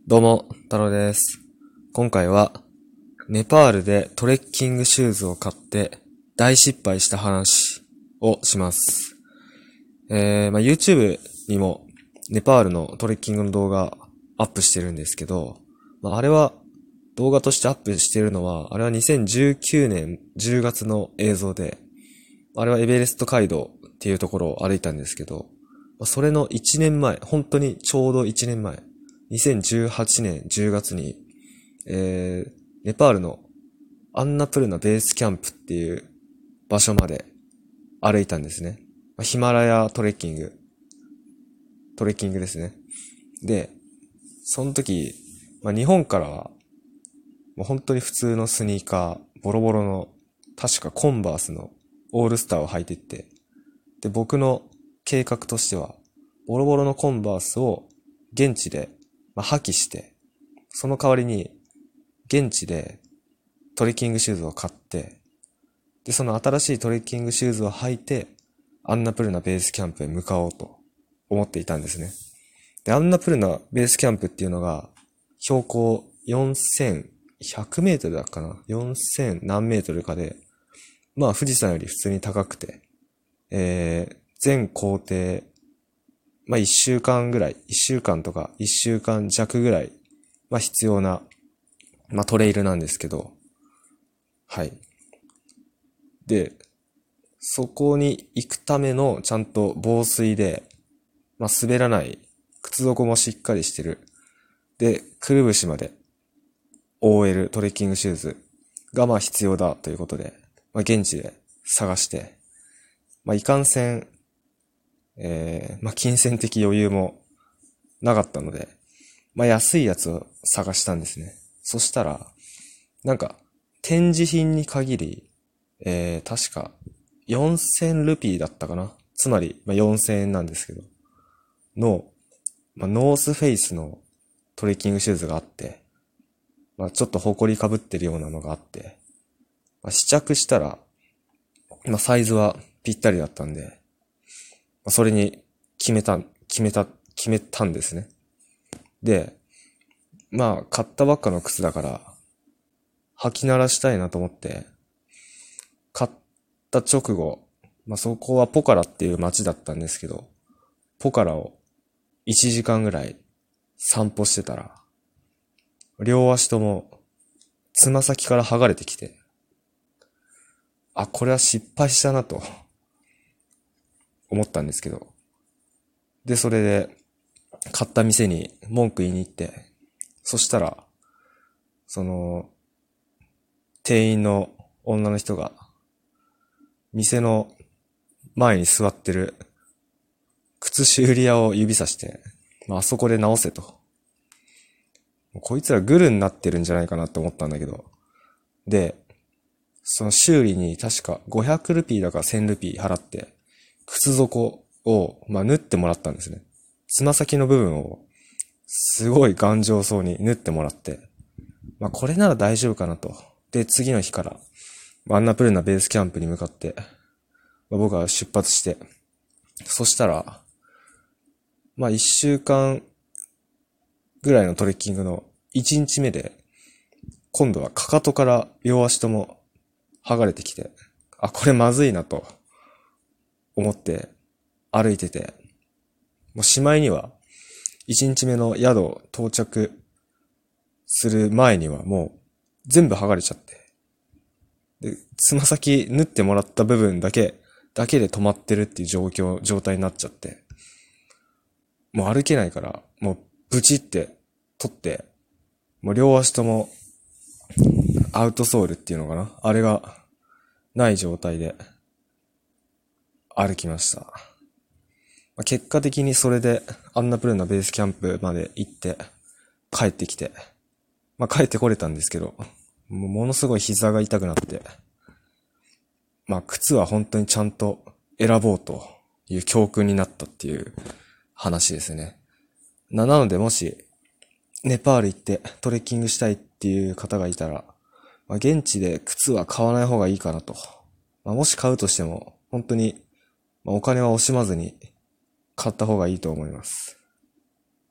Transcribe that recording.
どうも、太郎です。今回は、ネパールでトレッキングシューズを買って大失敗した話をします。YouTube にもネパールのトレッキングの動画アップしてるんですけど、あれは動画としてアップしてるのは、あれは2019年10月の映像で、あれはエベレスト街道っていうところを歩いたんですけど、それの1年前、本当にちょうど1年前、2018年10月に、ネパールのアンナプルナベースキャンプっていう場所まで歩いたんですね。ヒマラヤトレッキングですね。で、その時、日本からは、もう本当に普通のスニーカー、ボロボロの、確かコンバースのオールスターを履いてって、で、僕の計画としては、ボロボロのコンバースを現地で、破棄して、その代わりに、現地でトレッキングシューズを買って、で、その新しいトレッキングシューズを履いて、アンナプルナベースキャンプへ向かおうと思っていたんですね。で、アンナプルナベースキャンプっていうのが、標高4100メートルだっかな ?4000 何メートルかで、富士山より普通に高くて、全行程、1週間ぐらい、1週間とか1週間弱ぐらい、必要な、トレイルなんですけど、はい。で、そこに行くためのちゃんと防水で、滑らない、靴底もしっかりしてる。で、くるぶしまで覆えるトレッキングシューズが必要だということで、現地で探して、いかんせん、金銭的余裕もなかったので、安いやつを探したんですね。そしたら、展示品に限り、確か4000ルピーだったかな。つまり、4000円なんですけど、の、ノースフェイスのトレッキングシューズがあって、ちょっと埃被ってるようなのがあって、試着したら、サイズはぴったりだったんで、それに決めたんですね。で、買ったばっかの靴だから、履き鳴らしたいなと思って、買った直後、そこはポカラっていう街だったんですけど、ポカラを1時間ぐらい散歩してたら、両足ともつま先から剥がれてきて、これは失敗したなと思ったんですけど、で、それで買った店に文句言いに行って、そしたら、店員の女の人が、店の前に座ってる靴修理屋を指さして、あそこで直せと。こいつらグルになってるんじゃないかなって思ったんだけど。で、その修理に確か500ルピーだか1000ルピー払って、靴底を、縫ってもらったんですね。つま先の部分を、すごい頑丈そうに縫ってもらって、これなら大丈夫かなと。で、次の日から、アンナプルナベースキャンプに向かって、僕は出発して、そしたら、1週間ぐらいのトレッキングの1日目で、今度はかかとから両足とも剥がれてきて、これまずいなと思って歩いてて、もうしまいには、1日目の宿を到着する前にはもう全部剥がれちゃって、で、つま先縫ってもらった部分だけで止まってるっていう状態になっちゃって、もう歩けないから、もうブチって取って、もう両足ともアウトソールっていうのかな、あれがない状態で歩きました。結果的にそれでアンナプルナベースキャンプまで行って帰ってきて、帰ってこれたんですけど、ものすごい膝が痛くなって、靴は本当にちゃんと選ぼうという教訓になったっていう話ですね。なのでもし、ネパール行ってトレッキングしたいっていう方がいたら、現地で靴は買わない方がいいかなと。もし買うとしても、本当に、お金は惜しまずに買った方がいいと思います。